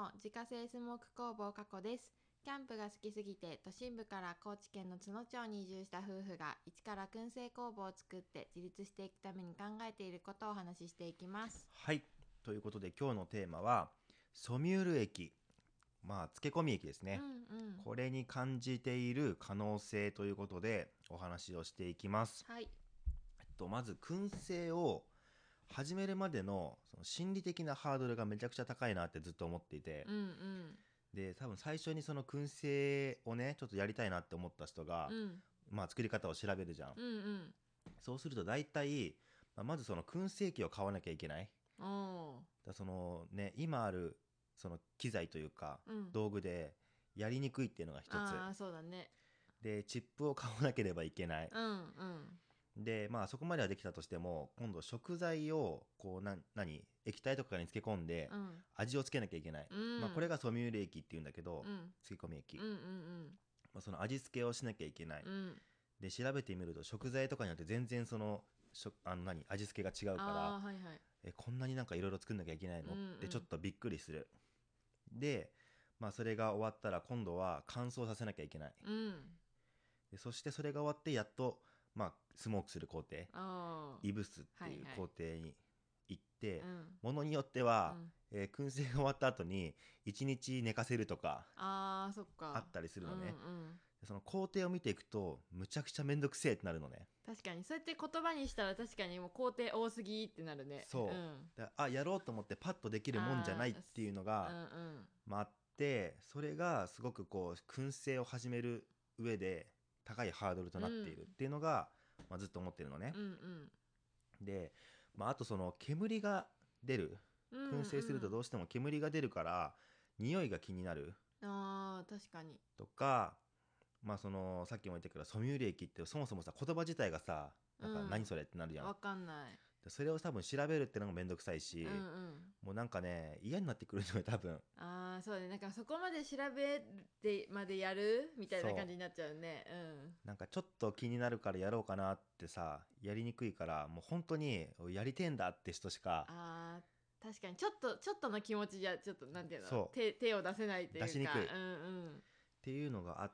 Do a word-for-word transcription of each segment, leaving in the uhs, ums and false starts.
も自家製スモーク工房加古です。キャンプが好きすぎて都心部から高知県の津野町に移住した夫婦が一から燻製工房を作って自立していくために考えていることをお話ししていきます。 はい、ということで今日のテーマはソミュール液、まあ漬け込み液ですね、 うんうん。 これに感じている可能性ということでお話をしていきます。 はい。 えっと、まず燻製を始めるまでのその心理的なハードルがめちゃくちゃ高いなってずっと思っていて、 うんうんで多分最初にその燻製をねちょっとやりたいなって思った人が、 うんまあ、作り方を調べるじゃん。 うんうんそうすると大体、まあ、まずその燻製機を買わなきゃいけない。 おーだそのね今あるその機材というかうん道具でやりにくいっていうのが一つああそうだね。 で、チップを買わなければいけない。 うんうんでまあそこまではできたとしても今度食材をこうな何液体とかに漬け込んでうん味をつけなきゃいけない、 うんまあ、これがソミュール液っていうんだけど、 うん漬け込み液、 うんうんまあ、その味付けをしなきゃいけない。 うんうんで調べてみると食材とかによって全然そのしょあの何味付けが違うから、 ああはいはい。 えこんなになんかいろいろ作んなきゃいけないの、 うんうんってちょっとびっくりする。でまあそれが終わったら今度は乾燥させなきゃいけない。 うんでそしてそれが終わってやっとまあスモークする工程、 ああいぶすっていうはいはい工程に行って、 うんものによっては、 うんえー燻製が終わった後にいちにち寝かせるとかあーそっかあったりするのね。 うんうんでその工程を見ていくとむちゃくちゃめんどくせえってなるのね。 確かにそうやって言葉にしたら確かにもう工程多すぎってなるね。 そう、 ん、 だあやろうと思ってパッとできるもんじゃないっていうのが、 うんうんまあ、あってそれがすごくこう燻製を始める上で高いハードルとなっているっていうのが、まあ、ずっと思ってるのね。 うんで、まあ、あとその煙が出る、 うん燻製するとどうしても煙が出るから匂いが気になるうんあー確かにとか、まあ、そのさっきも言ったけどソミュール液ってそもそもさ言葉自体がさなんかうん何それってなるやん。 わかんないでそれを多分調べるってのがめんどくさいし、 うんうんもうなんかね嫌になってくるのよ多分。 ああそうねなんかそこまで調べてまでやるみたいなそう感じになっちゃうね。 なんかちょっと気になるからやろうかなってさやりにくいからもう本当にやりてんだって人しかうんあー確かにちょっとちょっとの気持ちじゃちょっとなんていうのそう手手を出せないというか出しにくいっうんうんていうのがあって、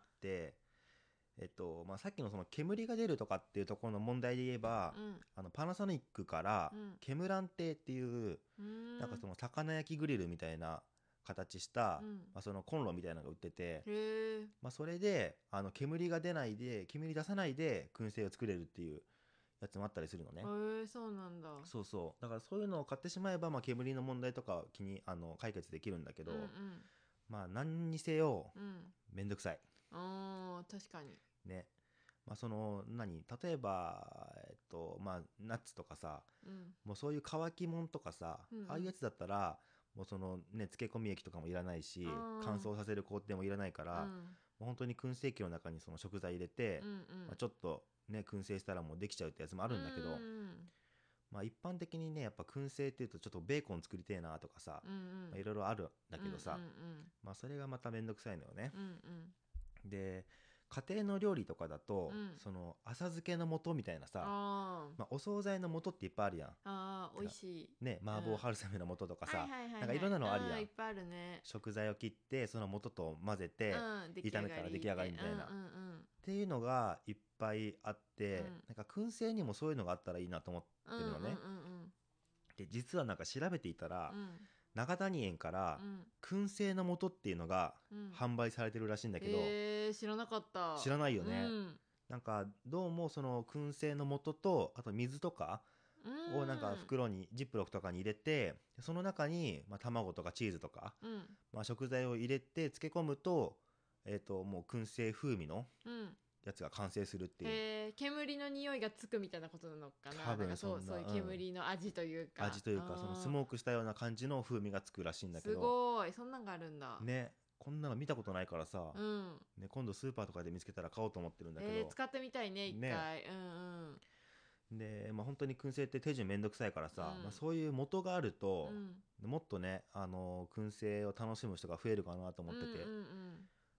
えっとまあ、さっきのその煙が出るとかっていうところの問題で言えば、 うんあのパナソニックからうんケムラン亭っていううんなんかその魚焼きグリルみたいな形した、 うんまあ、そのコンロみたいなのが売ってて、 へえまあ、それであの煙が出ないで煙出さないで燻製を作れるっていうやつもあったりするのね。 へえそうなんだそうそうだからそういうのを買ってしまえば、まあ、煙の問題とかは気にあの解決できるんだけど、 うんまあ何にせようんうんめんどくさいあー確かにね。まあその何例えばえっとまあナッツとかさうんもうそういう乾きもんとかさ、 うんうんああいうやつだったらもうそのね漬け込み液とかもいらないしあー乾燥させる工程もいらないから、もう本当に燻製機の中にその食材入れて、 うんうんまあ、ちょっとね燻製したらもうできちゃうってやつもあるんだけど、 うんまあ一般的にねやっぱ燻製っていうとちょっとベーコン作りてえなとかさ、 うんうんまあいろいろあるんだけどさ、 うんうんまあそれがまためんどくさいのよね。 うんうんで家庭の料理とかだと、 うんその浅漬けの素みたいなさ、 あーまあ、お惣菜の素っていっぱいあるやん。 あー美味しいね麻婆春雨の素とかさ、 はいはいはいはいなんかいろんなのあるやん。 いっぱいあるね食材を切ってその素と混ぜて、 うん出来上がり炒めたら出来上がりみたいな、 うんうんっていうのがいっぱいあって、 うんなんか燻製にもそういうのがあったらいいなと思ってるのね。 うんうんうんで実はなんか調べていたら、 うん長谷園からうん燻製の素っていうのがうん販売されてるらしいんだけど、 えー、知らなかった知らないよね。 うんなんかどうもその燻製の素とあと水とかをなんか袋にジップロックとかに入れて、その中にまあ卵とかチーズとか、 うんまあ、食材を入れて漬け込むと,、えー、ともう燻製風味のうんやつが完成するっていう、 へー煙の匂いがつくみたいなことなのかな。 多分なんかそうそんなそういう煙の味というか、 味というかそのスモークしたような感じの風味がつくらしいんだけすどごいそんなんがあるんだね。こんなの見たことないからさ、 うんね、今度スーパーとかで見つけたら買おうと思ってるんだけど、 えー、使ってみたいね一回、 ねうんで、まあ、本当に燻製って手順めんどくさいからさ、 うんまあ、そういう元があるとうん、うんもっとねあの燻製を楽しむ人が増えるかなと思ってて、 うんうん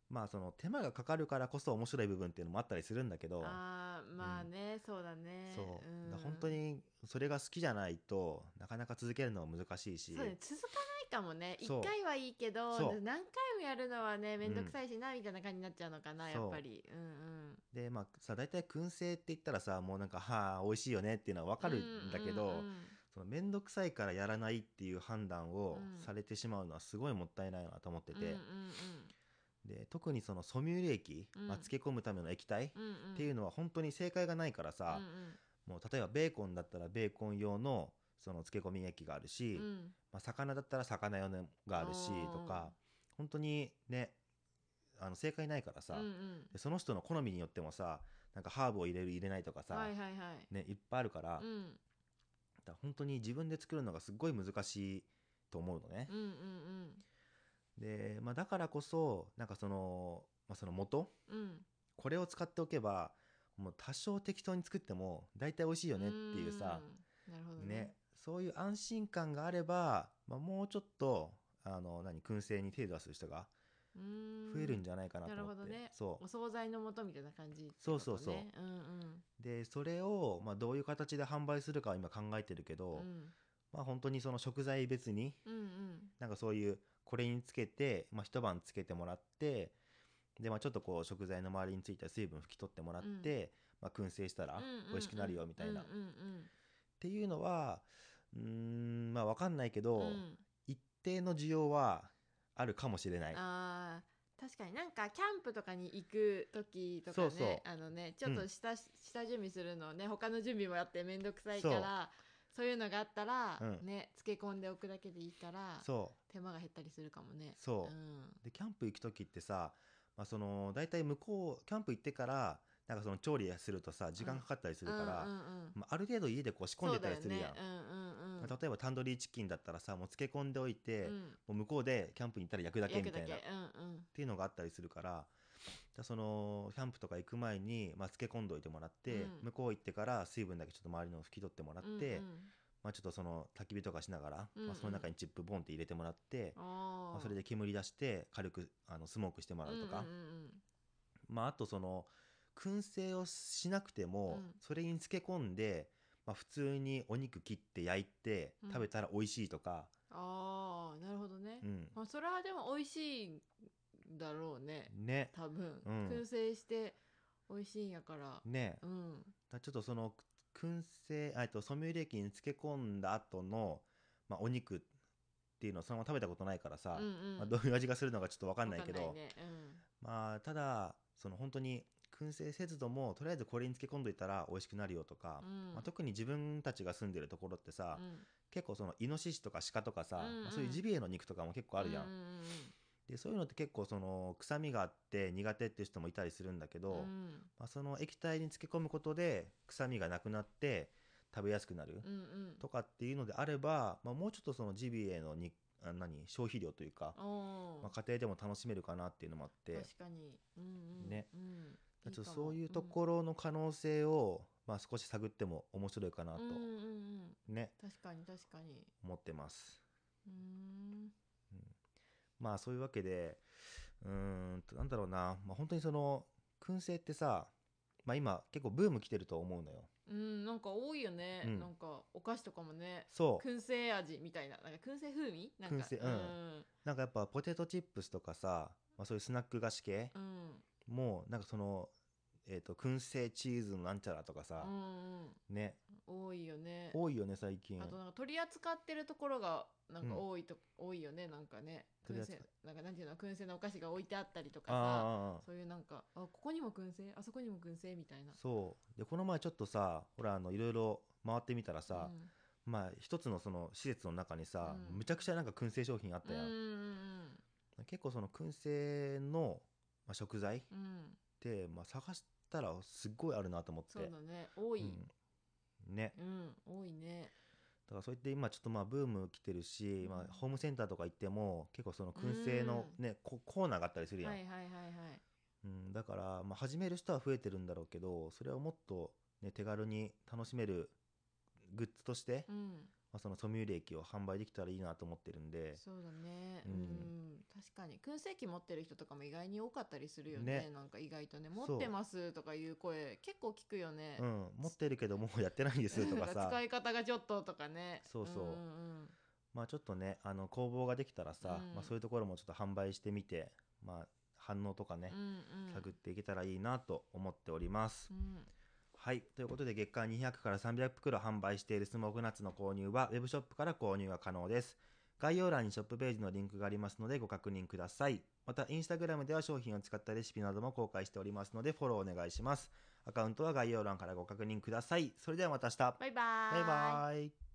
まあその手間がかかるからこそ面白い部分っていうのもあったりするんだけど、 あーまあね、そうだね。 そう、 んだから本当にそれが好きじゃないとなかなか続けるのは難しいし、 そうね、続かないかもね。一そう回はいいけどそう何回もやるのはねめんどくさいしな、みたいな感じになっちゃうのかな、やっぱり。うんうん。 でまあさ大体燻製って言ったらさもうなんかはあ美味しいよねっていうのは分かるんだけど、 うんうんうんその面倒くさいからやらないっていう判断をうんされてしまうのはすごいもったいないなと思ってうんうんて、で特にそのソミュール液、 うんまあ、漬け込むための液体っうんうんていうのは本当に正解がないからさ、 うんもう例えばベーコンだったらベーコン用のその漬け込み液があるし、 うんうんまあ、魚だったら魚用のがあるしとか、本当にねあの正解ないからさ、 うんうんでその人の好みによってもさなんかハーブを入れる入れないとかさ、 はいはいはいね、いっぱいあるから、だかうんら本当に自分で作るのがすっごい難しいと思うのね。 うんうんで、まあ、だからこそなんかその、まあ、その元うんうんこれを使っておけばもう多少適当に作っても大体美味しいよねっていうさ、 なるほどね。 ね、そういう安心感があれば、まあ、もうちょっとあの何燻製に手を出す人がうーん増えるんじゃないかなとな思って、 るほどね。 そうお惣菜の素みたいな感じってことね。 そうそうそううんでそれを、まあ、どういう形で販売するかは今考えてるけど、 うんうんまあ本当にその食材別にうんうんなんかそういうこれにつけて、まあ、一晩つけてもらってで、まあ、ちょっとこう食材の周りについた水分拭き取ってもらって、まあ、燻製したら美味しくなるよみたいな、っうんうんうんていうのはうーんまあ分かんないけど、 うんうん一定の需要はあるかもしれない。 あー確かになんかキャンプとかに行く時とかね、 そうそうあのねちょっと下,、下準備するのね他の準備もやってめんどくさいかそうらそういうのがあったら、 うんね漬け込んでおくだけでいいからそう手間が減ったりするかもね。 そう、 んでキャンプ行く時ってさ、まあ、その大体向こうキャンプ行ってからなんかその調理するとさ時間かかったりするから、 うんうんうんまあ、ある程度家でこう仕込んでたりするやん、 そうだよねうんうんうんまあ例えばタンドリーチキンだったらさもう漬け込んでおいて、 うんもう向こうでキャンプに行ったら焼くだけみたいなっ焼くだけうんうんていうのがあったりするからじゃあそのキャンプとか行く前に、まあ、漬け込んでおいてもらって、 うん向こう行ってから水分だけちょっと周りの拭き取ってもらって、 うんうんまあ、ちょっとその焚き火とかしながら、 うんうんまあ、その中にチップボンって入れてもらって、 あまあ、それで煙出して軽くあのスモークしてもらうとか、 うんうんうんまあ、あとその燻製をしなくても、 うんそれに漬け込んで、まあ、普通にお肉切って焼いてうん食べたら美味しいとか、 ああなるほどね、 うんまあ、それはでも美味しいんだろうねね多分、 うん燻製して美味しいんやからねうんだちょっとその燻製あえっとソミュール液に漬け込んだ後の、まあ、お肉っていうのをそのまま食べたことないからさ、 うんうんまあ、どういう味がするのかちょっと分かんないけどわかんないねまあただその本当に燻製せずともとりあえずこれに漬け込んどいたら美味しくなるよとか、 うんまあ、特に自分たちが住んでるところってさ、 うん結構そのイノシシとか鹿とかさ、 うんうんまあそういうジビエの肉とかも結構あるやん、 うんうんでそういうのって結構その臭みがあって苦手っていう人もいたりするんだけど、 うんうんまあ、その液体に漬け込むことで臭みがなくなって食べやすくなるうんうんとかっていうのであれば、まあ、もうちょっとそのジビエのにあ何消費量というか、 おーまあ、家庭でも楽しめるかなっていうのもあって確かにうんうんねうんちょっとそういうところの可能性を、まあ、少し探っても面白いかなとうんうんうんうんね確かに確かに思ってます。 うーんまあそういうわけでうーんとなんだろうな、まあ、本当にその燻製ってさ、まあ、今結構ブーム来てると思うのよ。 うんなんか多いよね、 うんなんかお菓子とかもねそう燻製味みたいななんか燻製風味なんか燻製うんなんかやっぱポテトチップスとかさ、まあ、そういうスナック菓子系うんうんもなんかその、えー、と燻製チーズのなんちゃらとかさ、 うんねうん多いよね。 多いよね最近。 あとなんか取り扱ってるところがなんかうん多いと、多いよねなんかね燻取り扱製なんかなんていうの燻製のお菓子が置いてあったりとかさああそういうなんかあここにも燻製あそこにも燻製みたいなそうでこの前ちょっとさほらあのいろいろ回ってみたらさ、まあ一つのその施設の中にさ、 うんむちゃくちゃなんか燻製商品あったやん、 うんうんうん結構その燻製の、まあ、食材っうんうんて、まあ、探したらすっごいあるなと思ってそうだね多い、 うん、ねうん多いねだからそういって今ちょっとまあブーム来てるし、 うんまあ、ホームセンターとか行っても結構その燻製の、ねココーナーがあったりするやん、 はいはいはいはいうん、だから、まあ、始める人は増えてるんだろうけどそれをもっと、ね、手軽に楽しめるグッズとして、 うんまあ、そのソミュール液を販売できたらいいなと思ってるんでそうだねううんん、 確かに燻製機持ってる人とかも意外に多かったりするよね。 ね、 なんか意外とね、 そう持ってますとかいう声結構聞くよね。 うん、持ってるけどもうやってないんですとかさ使い方がちょっととかね。 そうそう、 んうんうんまあちょっとね、あの工房ができたらさ、 うんまあ、そういうところもちょっと販売してみて、まあ、反応とかね、 うんうん探っていけたらいいなと思っております。 うんはい。ということで、月間にひゃくからさんびゃく袋販売しているスモークナッツの購入は、ウェブショップから購入が可能です。概要欄にショップページのリンクがありますので、ご確認ください。また、インスタグラムでは商品を使ったレシピなども公開しておりますので、フォローお願いします。アカウントは概要欄からご確認ください。それではまた明日。 バイバーイ。 バイバーイ。